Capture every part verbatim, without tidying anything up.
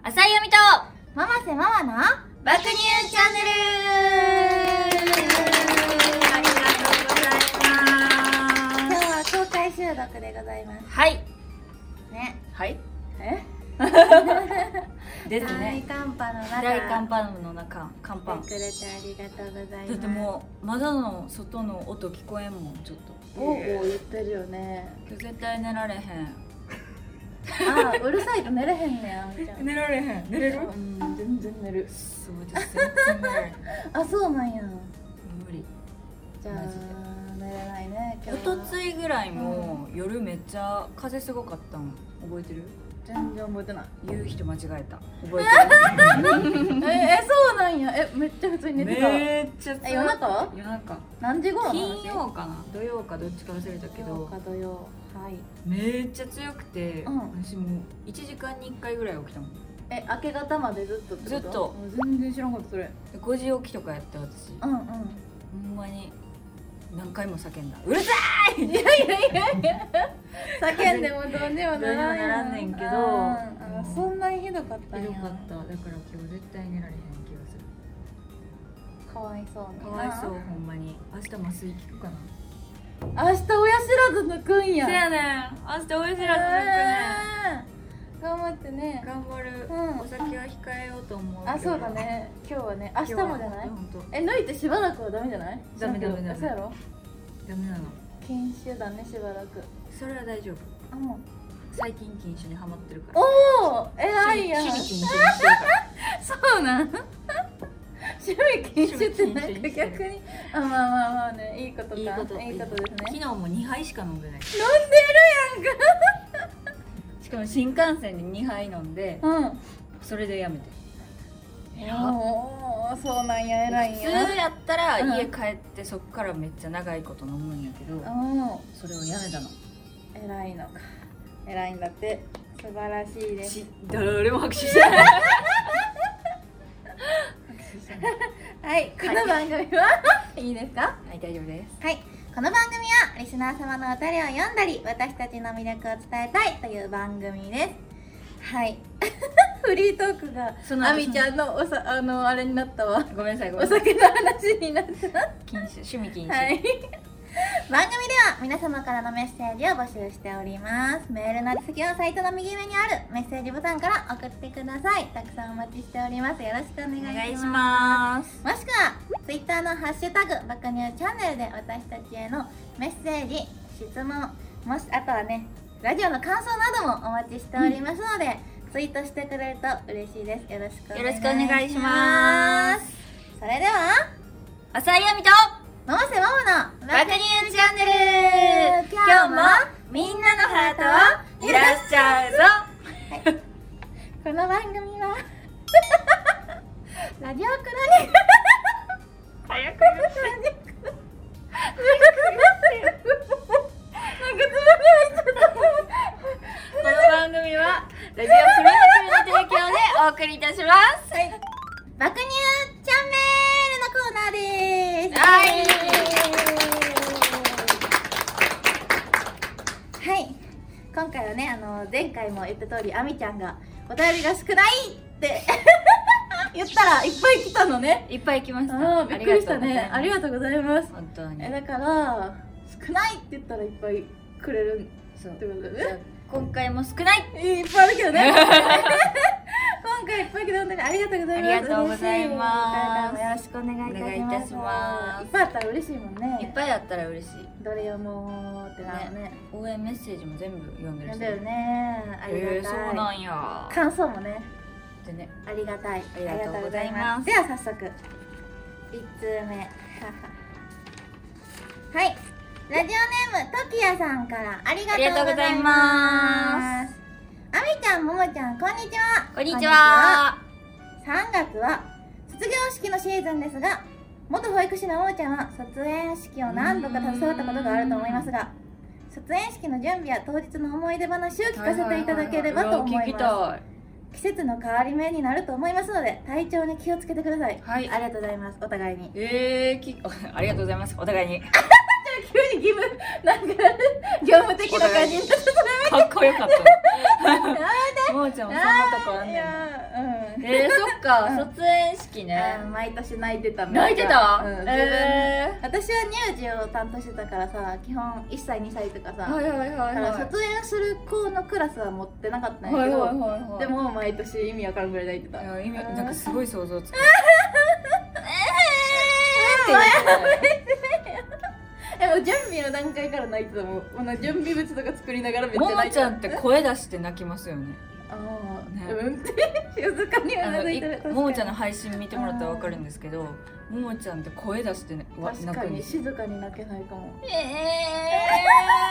浅井由美とママせママの爆乳チャンネル。ありがとうございます。 今日は公開収録でございますはいね。 はいえです大ね。 寒波の中大寒波の中乾パン来てくれてありがとうございます。 だってもう窓の外の音聞こえんもん。ちょっとゴーゴー言ってるよね。 今日絶対寝られへん。 あーうるさいと寝れへんねんあんちゃん。 寝られへん。寝れる？ うん全然寝る。 そうです全然寝られへん。 あそうなんや。 無理。 じゃあマジで寝れないね今お日は。 とついぐらいも、うん、夜めっちゃ風すごかったん覚えてる？ 全然覚えてない。 言う人間違えた。覚えてる？ ええそうなんや。えめっちゃ普通に寝てた。 めっちゃえ夜中？ 夜中何時頃の話？ 金曜かな土曜かどっちか忘れたけ金曜どか土曜。はい。 めっちゃ強くて、 うん私もういちじかんにいっかいぐらい起きたもん。 え明け方までずっとってこと？ ずっと全然知らんかったそれ。 でごじ起きとかやって私、 うんうん。 ほんまに何回も叫んだ。うるさい。 いやいやいやいや叫んでもどうにもならんやどうにもならんねんけどうんあそんなにひどかったんや。 ひどかった。だから今日絶対寝られへん気がする。 かわいそうにかわいそう。ほんまに明日麻酔効くかな。 明日親知らず抜くんや。 せやねん。明日親知らず抜くねん。 頑張ってね。 頑張る、 うんお酒は控えようと思うけど。 あそうだね。今日はね明日もじゃない？ 本当え抜いてしばらくはダメじゃない？ ダメダメダメそうやろ？ ダメなの。 禁酒だねしばらく。 それは大丈夫。 うん最近禁酒にハマってるから。 おお偉いやん。 趣味禁酒にしてるからそうなん？趣味禁酒ってなんか趣味禁酒にしてる逆にあまあまあまあねいいことかいいこといいことです昨ね。 日もにはいしか飲んでない。 飲んでるしかも新幹線でにはい飲んで、 やんか。うん。 それでやめて。 おおそうなんや偉いん普や。 通やったらうん家帰ってそっからめっちゃ長いこと飲むんやけど、 うんそれをやめたの。 偉いのか偉いんだって素晴らしいです。 し誰も拍手してない。拍手してない。 はいこの番組はいいですか？ はい大丈夫です。 はいこの番組はリスナー様のお便りを読んだり私たちの魅力を伝えたいという番組です。はいフリートークがその後あみちゃんのおさあのあれになったわ。 ごめんなさいごおめんなさい。 酒の話になった禁酒趣味禁酒。 はい番組では皆様からのメッセージを募集しております。メールの宛先はサイトの右上にあるメッセージボタンから送ってください。たくさんお待ちしております。よろしくお願いします。 お願いします。 もしくは Twitter のハッシュタグ爆乳チャンネルで私たちへのメッセージ質問もしあとはねラジオの感想などもお待ちしておりますので、うん、ツイートしてくれると嬉しいです。よろしくお願いします。 よろしくお願いします。 それでは浅井亜美とママせママの爆乳チャンネル。今日もみんなのハートを揺らしちゃうぞ。 はい、この番組はラジオクロニ早くクルなんかつまみ入っちゃった。 この番組はラジオクロニクルの提供でお送りいたします。 はい、爆乳チャンネルのコーナーです。 はいはい、今回はねあの前回も言った通りあみちゃんがお便りが少ないって言ったらいっぱい来たのね。 いっぱい来ました。 あーびっくりしたね。ありがとうございます。 本当に。 えだから少ないって言ったらいっぱいくれるそうってことだじゃあね。 今回も少ない。 いっぱいあるけどね今回いっぱい来て本当にありがとうございます。 ありがとうございます。 これからもよろしくお願いいたします。 お願いいたしますいっぱいあったら嬉しいもんね。 いっぱいあったら嬉しい。 どれ読もうってなるね。 応援メッセージも全部読んでるし。 読んでるね。ありがたい。 えー、そうなんや。 感想もねでね。 ありがたい。 ありがとうございます。 では早速いちつうめはい、ラジオネームトキヤさんからありがとうございます。あみちゃん、ももちゃん、こんにちは。 こんにちは。 さんがつは卒業式のシーズンですが、元保育士のももちゃんは卒園式を何度か携わったことがあると思いますが、卒園式の準備や当日の思い出話を聞かせていただければと思います。 聞きたい。 季節の変わり目になると思いますので体調に気をつけてください。 はい、 ありがとうございます。お互いに。 えー、きありがとうございます。お互いに。 急に義務なんか業務的な感じになってかっこよかった。ももちゃんもそんなとこあんねん。 いや、うっか、 うん卒園式ね。 うん毎年泣いてた。 泣いてた？ うん、自分、 え私は乳児を担当してたからさ、基本いっさいにさいとかさ、 ー。はいはいはいだからはい。 卒園する子のクラスは持ってなかったんやけど、 はいはいはいはい。 でも毎年意味わからんぐらい泣いてた。 いや意味なんかすごい想像つく。 えもう準備の段階から泣いてたもん。この準備物とか作りながらめっちゃも泣いてた。 もちゃんって声出して泣きますよね。 ああ、 ねうんって静かにはあのい泣いてる。 ももちゃんの配信見てもらったら分かるんですけど、ももちゃんって声出してねわ確かに泣くんですよ。 静かに泣けないかも。 え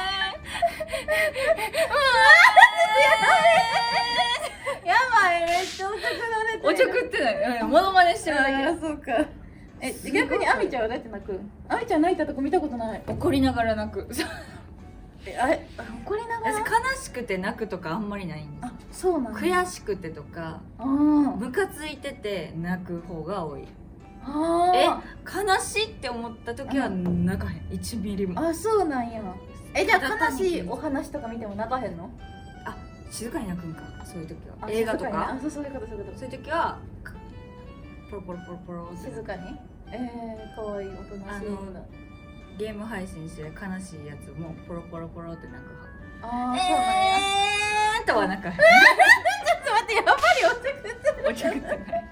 やばい、めっちゃおちょくなれてー、おちょくってない、モノマネしてるだけ。 ああそうか。え逆にあみちゃんはどうやって泣く？あみちゃん泣いたとこ見たことない。 怒りながら泣く。 えあれ怒りなが私ら。 悲しくて泣くとかあんまりないんです。 あそうなんだ。 悔しくてとかあームカついてて泣く方が多い。 あえー悲しいって思った時は泣かへん、いちミリも。 あそうなんや。えじゃただあ悲しいお話とか見ても泣かへんの？ あ静かに泣くんか、そういう時は。 あ映画と静にねあかそうそういうことそういうこと。 そういう時はポロポロポロポロって静かに。えー、かわいいおとなしいんだ。 ゲーム配信してる悲しいやつもポロポロポロって泣くあ派。 あそうなんや。 えーとは泣かへん。 ちょっと待ってやっぱりおちょくってる。 おちょくってない。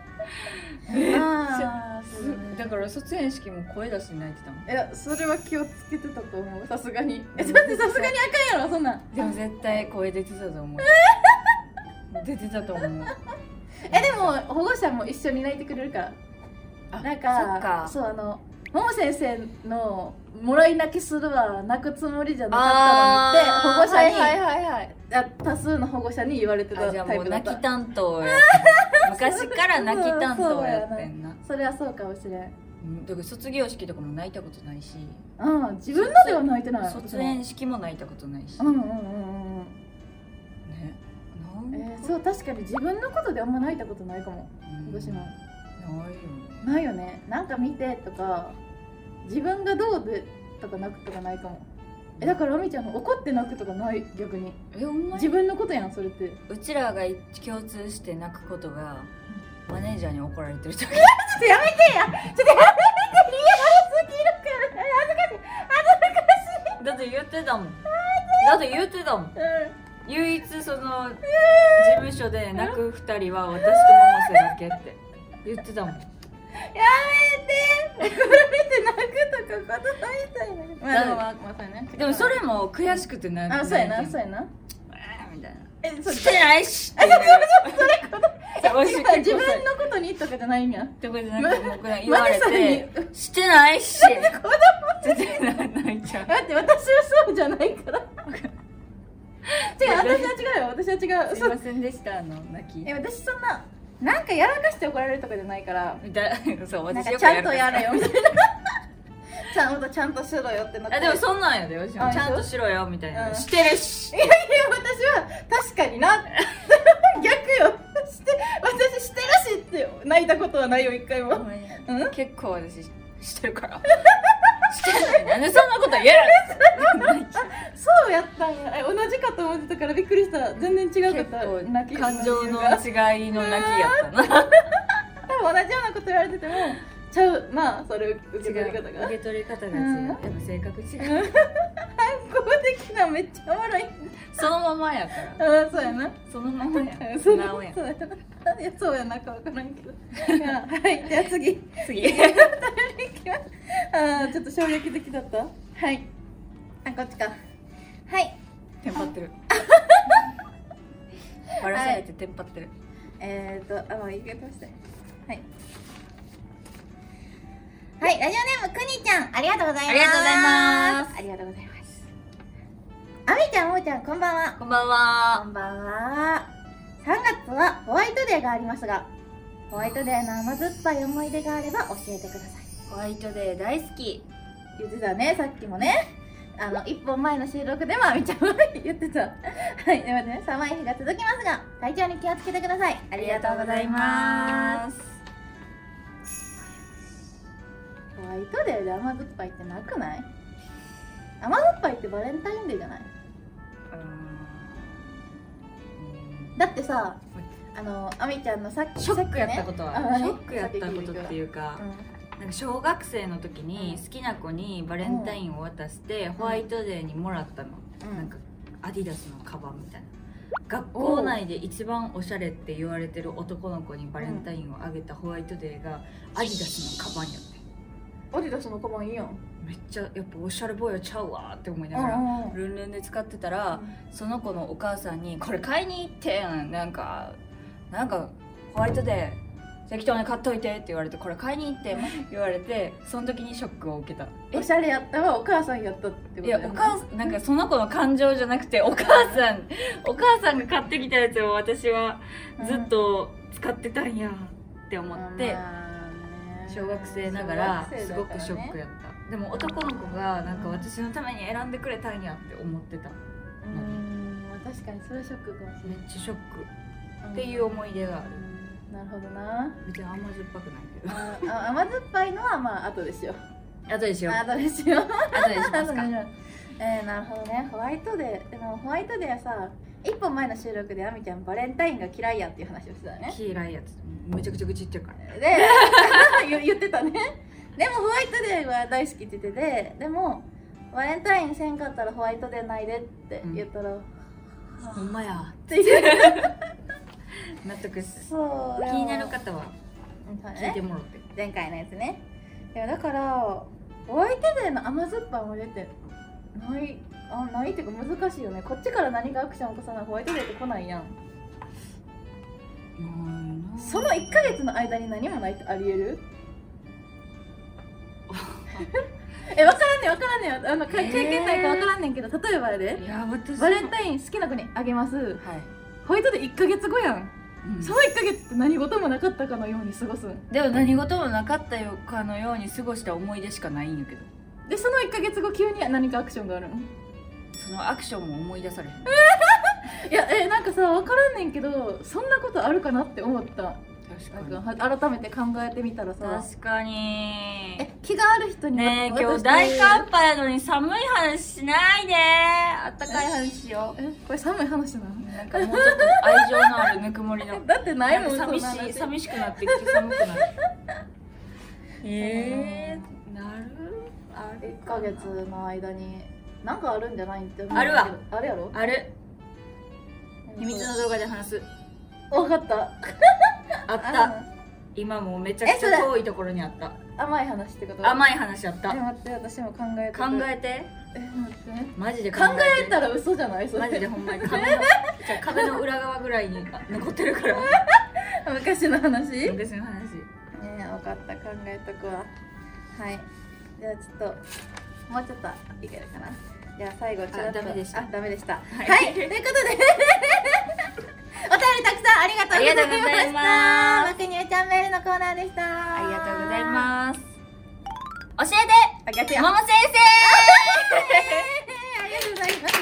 ああそうだね。 だから卒園式も声出して泣いてたもん。 いやそれは気をつけてたと思うさすがに。えだってさすがにあかんやろそんなん。 でも絶対声出てたと思う。出てたと思う。 えでも保護者も一緒に泣いてくれるからあなんかそっか。 そうあのもも先生のもらい泣きするは泣くつもりじゃなかあったのにって保護者に、 はいはいはいはい。 あ多数の保護者に言われてたあじゃあもうタイプだった。 泣き担当やって昔から泣き担当やってんな。 それはそうかもしれん。 うんだから卒業式とかも泣いたことないし、 うん自分のでは泣いてない。 卒園式も泣いたことないし、 うんうんうんうんね。 うん。 なんえー、そう確かに自分のことであんま泣いたことないかも。 うん私もないよね。 ないよね。なんか見てとか自分がどうでとか泣くとかないかも。えだからあみちゃんの怒って泣くとかない逆に。 えお前自分のことやんそれって。 うちらが共通して泣くことがマネージャーに怒られてる時。 ちょっとやめてやちょっとやめてリアルすぎるから恥ずかしい恥ずかしい。 だって言ってたもん。だって言ってたもん。 うん唯一その事務所で泣く二人は私と百瀬だけって言ってたもん。 やめて怒られて泣くとかことないみたいな。まあでもまあまあそうやね。 でもそれも悔しくて泣く。 あそうやなそうやな。 みたいな。 えそうしてないし。 あそうそうそれこと自自分のことにとかじゃないんや。 とかじゃなくてもうこれ言われマネてさんにしてないし。 子供絶対泣いちゃう。 待って私はそうじゃないから。違う私は違うよ私は違う。そうすいませんでしたあの泣き。 え私そんななんかやらかして怒られるとかじゃないから。 みたいなそうなん私よくかちゃんとやるやれよみたいな。ちゃんとちゃんとしろよってなって。 あでもそんなんやでよしもあちゃんとしろよみたいな、 うんしてるしいやいや私は確かにな逆よして私してるしって泣いたことはないよ一回も。うん結構私してるからしてないなんでそんなこと言えるそうやったんや。え同じかと思ってたからびっくりした。全然違うかった。 結構泣き感情の理由が違いの泣きやったな多分同じようなこと言われててもちゃうなあそれ受け取り方が。 受け取り方が違う、 うんやっぱ性格違う反抗的なめっちゃおもろい。 そのままやからあそうやな。 そのままやうんそう素直やそうやな。いやそうやなかわからんけど。いやはいじゃあ次。 次いきますあーちょっと衝撃的だった。はいあこっちか。はいテンパってる笑されてテンパってる、 えーとあもう言い方してはいはいラジオネームくにちゃんありがとうございます。 ありがとうございますありがとうございます。あみちゃんもーちゃんこんばんは。 こんばんこは。 んばんは。さんがつはホワイトデーがありますがホワイトデーの甘酸っぱい思い出があれば教えてください。 ホワイトデー大好き。 言ってたねさっきもねあのいっぽんまえの収録でもあみちゃんは言ってたはいではね寒い日が続きますが体調に気をつけてください。ありがとうございます。ホワイトデーで甘酸っぱいってなくない？甘酸っぱいってバレンタインデーじゃない？ うーんだってさあのあみちゃんのさっきショックやったことは、 さっきねショックやったことっていうか、なんか小学生の時に好きな子にバレンタインを渡してホワイトデーにもらったの、 うん、 なんかアディダスのカバンみたいな。学校内で一番おしゃれって言われてる男の子にバレンタインをあげたホワイトデーがアディダスのカバンやって、 アディダスのカバンいいやん。 めっちゃやっぱおしゃれ坊やちゃうわって思いながら、 うんうん、 ルンルンで使ってたら、うん、その子のお母さんにこれ買いに行ってん、なんかなんかホワイトデー適当に買っといてって言われて、これ買いに行って言われて、その時にショックを受けた。 おしゃれやったわ、お母さんやったってこといや、お母さんなんかその子の感情じゃなくて、お母さんお母さんが買ってきたやつを私はずっと使ってたんやって思って、うん、小学生ながらすごくショックやった。でも男の子がなんか私のために選んでくれたんやって思ってた。 うん、確かにそれショックかもしれない。 めっちゃショックっていう思い出がある。 なるほどな。 別に甘酸っぱくないけど。 あ、甘酸っぱいのはまあ後でしよう。 後でしよう。 後でしよう。 後でしますか。 えー、なるほどね。ホワイトデー、でもホワイトデーはさ、一本前の収録であみちゃんバレンタインが嫌いやっていう話をしてたね。 嫌いやつ。めちゃくちゃ愚痴言ってるから。 で、言ってたね。でもホワイトデーは大好きって言ってて、でもバレンタインせんかったらホワイトデーないでって言ったら、うん、 ほんまやって言って納得する。 そう気になる方は聞いてもらって、 前回のやつね。いやだからホワイトデーの甘酸っぱい思い出ってないあないっていうか難しいよね。こっちから何がアクション起こさないホワイトデーって来ないやん。 うん、 そのいっかげつの間に何もないってありえる？え、分からんねん分からんねん、あの経験ないか分からんねんけど、例えばやで、 いや私バレンタイン好きな子にあげます、はい、ホワイトデーいっかげつごやん、うん、そのいっかげつって何事もなかったかのように過ごすん。 でも何事もなかったかのように過ごした思い出しかないんやけど。 でそのいっかげつご急に何かアクションがあるん？ そのアクションも思い出されへんいやえなんかさ分からんねんけど、そんなことあるかなって思った。確かに改めて考えてみたらさ、 確かにえ気がある人にねえ、今日大寒波やのに寒い話しないで、あったかい話しよう。 えこれ寒い話なの？ なんかもうちょっと愛情のあるぬくもりのだってないもん。 寂しい寂しくなってきて寒くなるえー、なるあれいっかげつの間になんかあるんじゃないって思う。 あるわ。 あるやろ？ ある。秘密の動画で話す。 分かったあった今もうめちゃくちゃ遠いところにあった。 甘い話ってこと？ 甘い話あった。 え待って、私も考えて考えてえ待ってね、 マジで考えたら嘘じゃない？それマジでほんまに壁のじゃあ壁の裏側ぐらいに残ってるから昔の話？ 昔の話。ねえ、分かった、考えとくわ。はい、じゃあちょっともうちょっといけるかな。じゃあ最後ちょっとダメでした。 あ、ダメでした。はい、 はい、 ということでお便りたくさんありがとうございました。マクニューチャンネルのコーナーでした。 ありがとうございます。教えてあ、逆や。 もも先生ありがとうございます。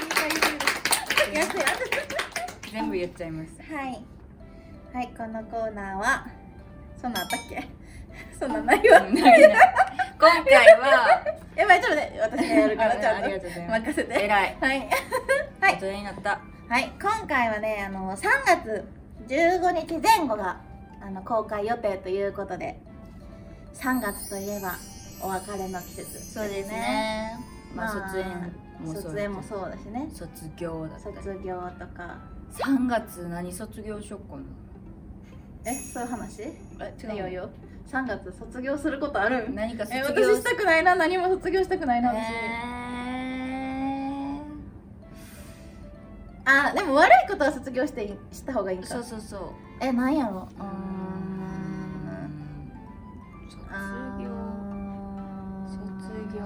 逆や。 全部言っちゃいます。 はいはい、このコーナーはそんなんあったっけ？そんなんないわ。 今回はやばい、ちょっとね、私がやるからちゃんとありがとうございます。 任せて。 偉い。 はい大人になった。 はい、今回はね、あのさんがつじゅうごにちぜん後があの公開予定ということで、さんがつといえばお別れの季節。 そうですね。まあ卒園もそう。 卒園もそうだしね。 卒業だったり。 卒業とか。 さんがつ何卒業しよっかな。 え、そういう話？ え、違う。 いやいや、さんがつ卒業することある？ 何か卒業。 え、私したくないな、何も卒業したくないな、私。あ、でも悪いことは卒業してした方がいいんか。 そうそうそう。 え、なんやろ。うーん。 卒業。卒業。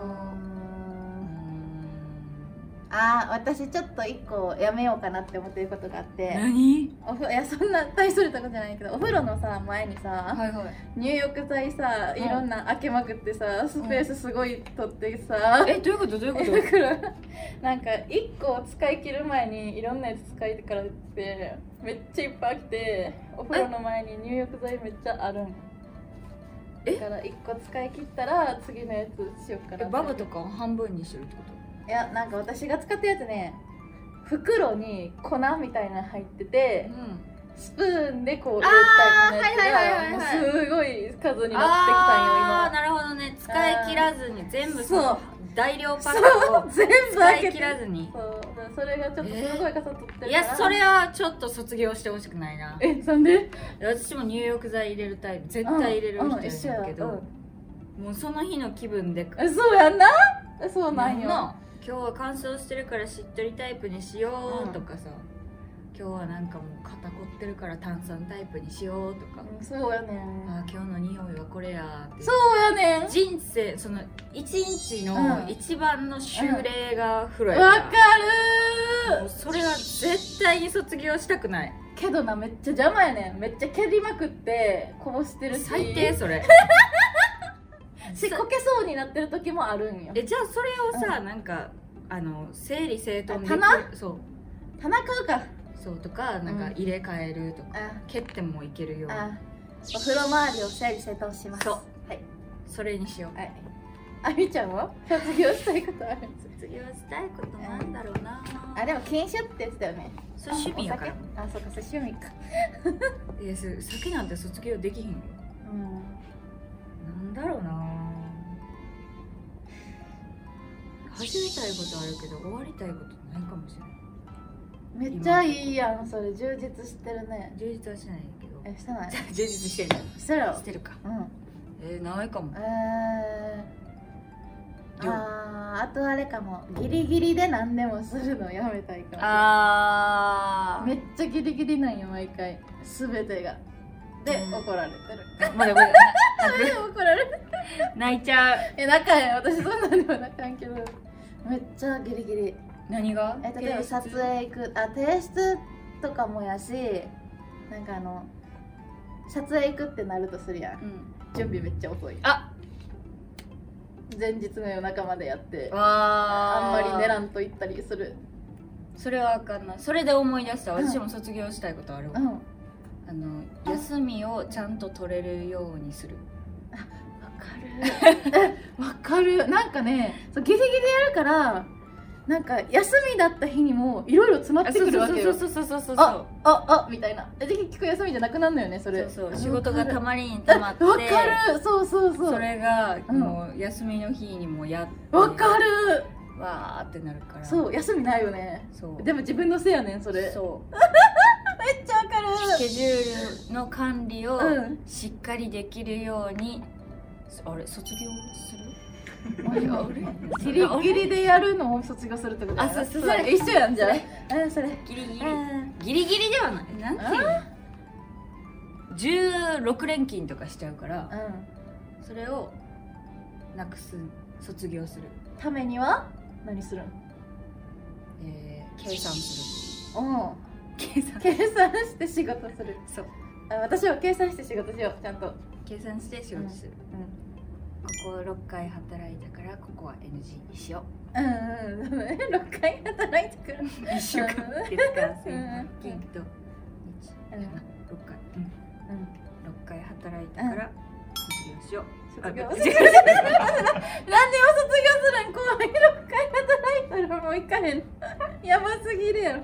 あー、私ちょっと一個やめようかなって思ってることがあって。 何？ おふいや、そんな大それたことじゃないけど、お風呂のさ前にさ、 はいはい、 入浴剤さ、いろんな開けまくってさ、スペースすごい取ってさ、 え、どういうことどういうこと？ だからなんかいっこ使い切る前にいろんなやつ使いてからってめっちゃいっぱい来て、お風呂の前に入浴剤めっちゃあるん。だからいっこ使い切ったら次のやつしようかな。 え、バブとかを半分にするってこと？ いや、なんか私が使ったやつね、袋に粉みたいなの入ってて、 スプーンでこう入れるタイプのやつがもうすごい数になってきたんよ今。 あーなるほどね。使い切らずに全部その大量パックを全部使い開けて切らずに。 そうそれがちょっとすごいかさ取ってるから、 いやそれはちょっと卒業してほしくないな。 えなんで私も入浴剤入れるタイプ、絶対入れる人やねんけど、 うんうんもうその日の気分でえそうやんなそうなんよ今日は乾燥してるからしっとりタイプにしようとかさ、今日はなんかもう肩凝ってるから炭酸タイプにしようとか、 うんそうやねんあ今日の匂いはこれやーってそうやねん人生その一日のうん一番の修例が風呂やか、 わからるもうそれは絶対に卒業したくない。 けどなめっちゃ邪魔やねんめっちゃ蹴りまくってこぼしてるし最低それしこけそうになってる時もあるんよ。 えじゃあそれをさ、 うなんかあの整理整頓できるあ棚そう棚買うかそうとかなんかうん入れ替えるとか、 あ欠点もいけるようにあお風呂周りを整理整頓します。 そうはいそれにしよう。 はいあみちゃんは卒業したいことある卒業したいことなんだろうな。 あでも禁酒って言ってたよね。 それ趣味やから。 お酒あそうかそれ趣味か。 いやす酒なんて卒業できひんよ。 うんなんだろうな。始めたいことあるけど終わりたいことないかもしれない。 めっちゃいいやんそれ充実してるね。 充実はしないけど。 えしてない充実してる。 してるよしてるか。 うんえー、ないかも。 えー、 量あーあとあれかもギリギリで何でもするのやめたいかもしれない。 あーめっちゃギリギリなんよ毎回全てがで、 うん怒られてるまだまだで怒られてる泣いちゃう。 え仲へん私そんなんでも泣かんけどめっちゃギリギリ何が？ え例えば撮影行くあ提出とかもやしなんかあの撮影行くってなるとするやんうん。 準備めっちゃ遅いあ、 前日の夜中までやってわーあんまり寝らんと行ったりするそれはあかんな。それで思い出した。 うん私も卒業したいことあるわ。 うんわあの休みをちゃんと取れるようにする。 かるわかるなんかねそうギリギリやるからなんか休みだった日にもいろいろ詰まってくるわけよそうそうそうそうそうそう。 あああみたいなえで結局休みじゃなくなるのよねそれそうそう仕事がたまりにたまって。 わかるそうそうそうそれがうんもう休みの日にもやって。 わかるわーってなるから。 そう休みないよねそう。 でも自分のせいやねんそれそう。 めっちゃわかるスケジュールの管理をうんしっかりできるように、あれ卒業する？ あれギリギリでやるのを卒業するってことやなあそうそうそれ一緒やんじゃあうんそれギリギリうんギリギリではないなんていうのじゅうろく連勤とかしちゃうからうんそれをなくす卒業する、 ためには何するんえー、計算すうんる計算計算して仕事するそうあ私は計算して仕事しようちゃんと計算して仕事する、 うんこころっかい働いたからここは エヌジー にしようんうんそうねろっかい働いてくるういっしゅうかんうん月火水うん金と日うんろっかいうんうんろっかい働いたから卒業しよう、 卒業あなんでよ卒業するん怖いろっかい働いたらもう行かへんやばすぎるやろ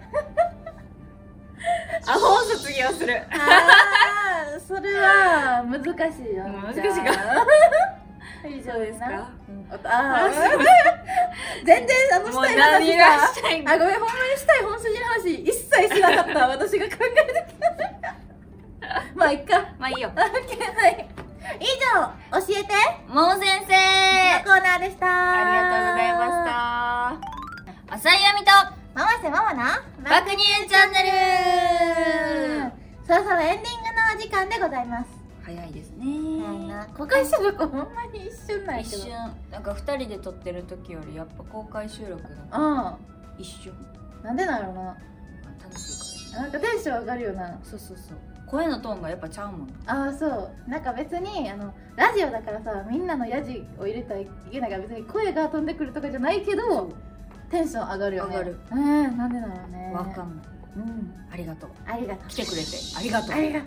アホを卒業するああそれは難しいよ難しいか以上そうですか、 うん、ああ全然あのもうしたい話何がさしたいんあごめんほんまにしたい本筋の話一切しなかった私が考えてきたまあいっかまあいいよはい以上教えてもう先生のコーナーでしたありがとうございました浅井亜美とママせママな爆乳チャンネルそろそろエンディングのお時間でございます早いですはいねな公開収録ほんまに一瞬ないけど一瞬なんかふたりで撮ってる時よりやっぱ公開収録のう一瞬んなんでなんやろな楽しいなんかテンション上がるよなからそうそうそう声のトーンがやっぱちゃうもんああそうなんか別にあのラジオだからさみんなのヤジを入れたらいけないから別に声が飛んでくるとかじゃないけどテンション上がるよね上がるえー、なんでなのねわかんないうんありがとうありがとう来てくれてありがとうありがとう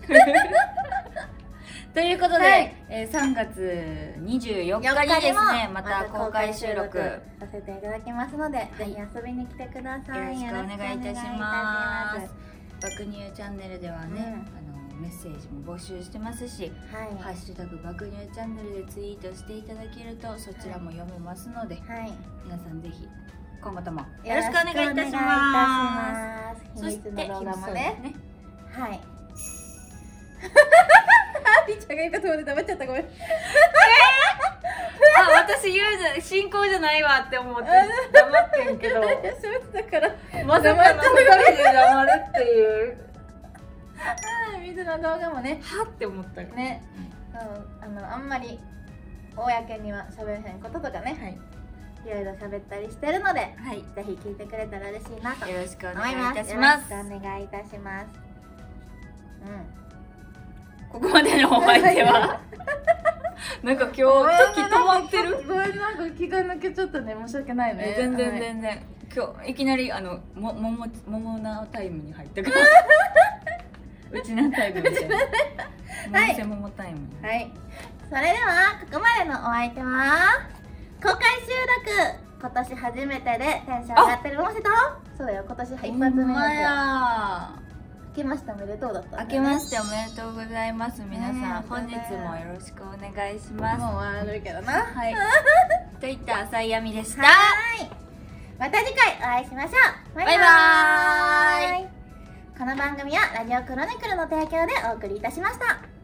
ということで、 はいえー、さんがつにじゅうよっかにですねまた公開収録よさせていただきますので、 いぜひ遊びに来てください。 ろしくお願いいたします爆乳チャンネルではね、 うん、 あのメッセージも募集してますし、 はいハッシュタグ爆乳チャンネルでツイートしていただけるとそちらも読めますので、 はい、 皆さんぜひ今後ともよよろしくお願いいたしろしくお願いいたしま。 ますす。 そして秘密の動画もね。 ねはい。りーちゃんがいいかと思って黙っちゃった、ごめん。 あ、私言うじゃ進行じゃないわって思って黙ってんけど、 いや、喋ってたから。 まさかのふたりで黙るっていうはい、水の動画もね。 はって思ったよね。うん、あの、あんまり。公には喋れへんこととかね。 はい。 いろいろ喋ったりしてるので。 はい、 ぜひ聞いてくれたら嬉しいなと。 よろしくお思願いいいます。 たします。 よろしくお願いいたします。 ここまでのお相手はなんか今日時止まってる。 ごめん、なんか気が抜けちゃったね。申し訳ないね。 え全然はい全然、今日いきなりあのもももももなタイムに入ったからうちなタイムみたいなはいもももタイムに、 はい。それではここまでのお相手は公開収録今年初めてでテンション上がってるもしとそうだよ、今年一発目ほんまのやや明けましておめでとうだったんだよね。 明けましておめでとうございます皆さん、 ねえ本日もよろしくお願いします。 もう終わるけどな。 はいといった浅井亜美でした。 はーい。また次回お会いしましょう。バイババイバーイ。この番組はラジオクロニクルの提供でお送りいたしました。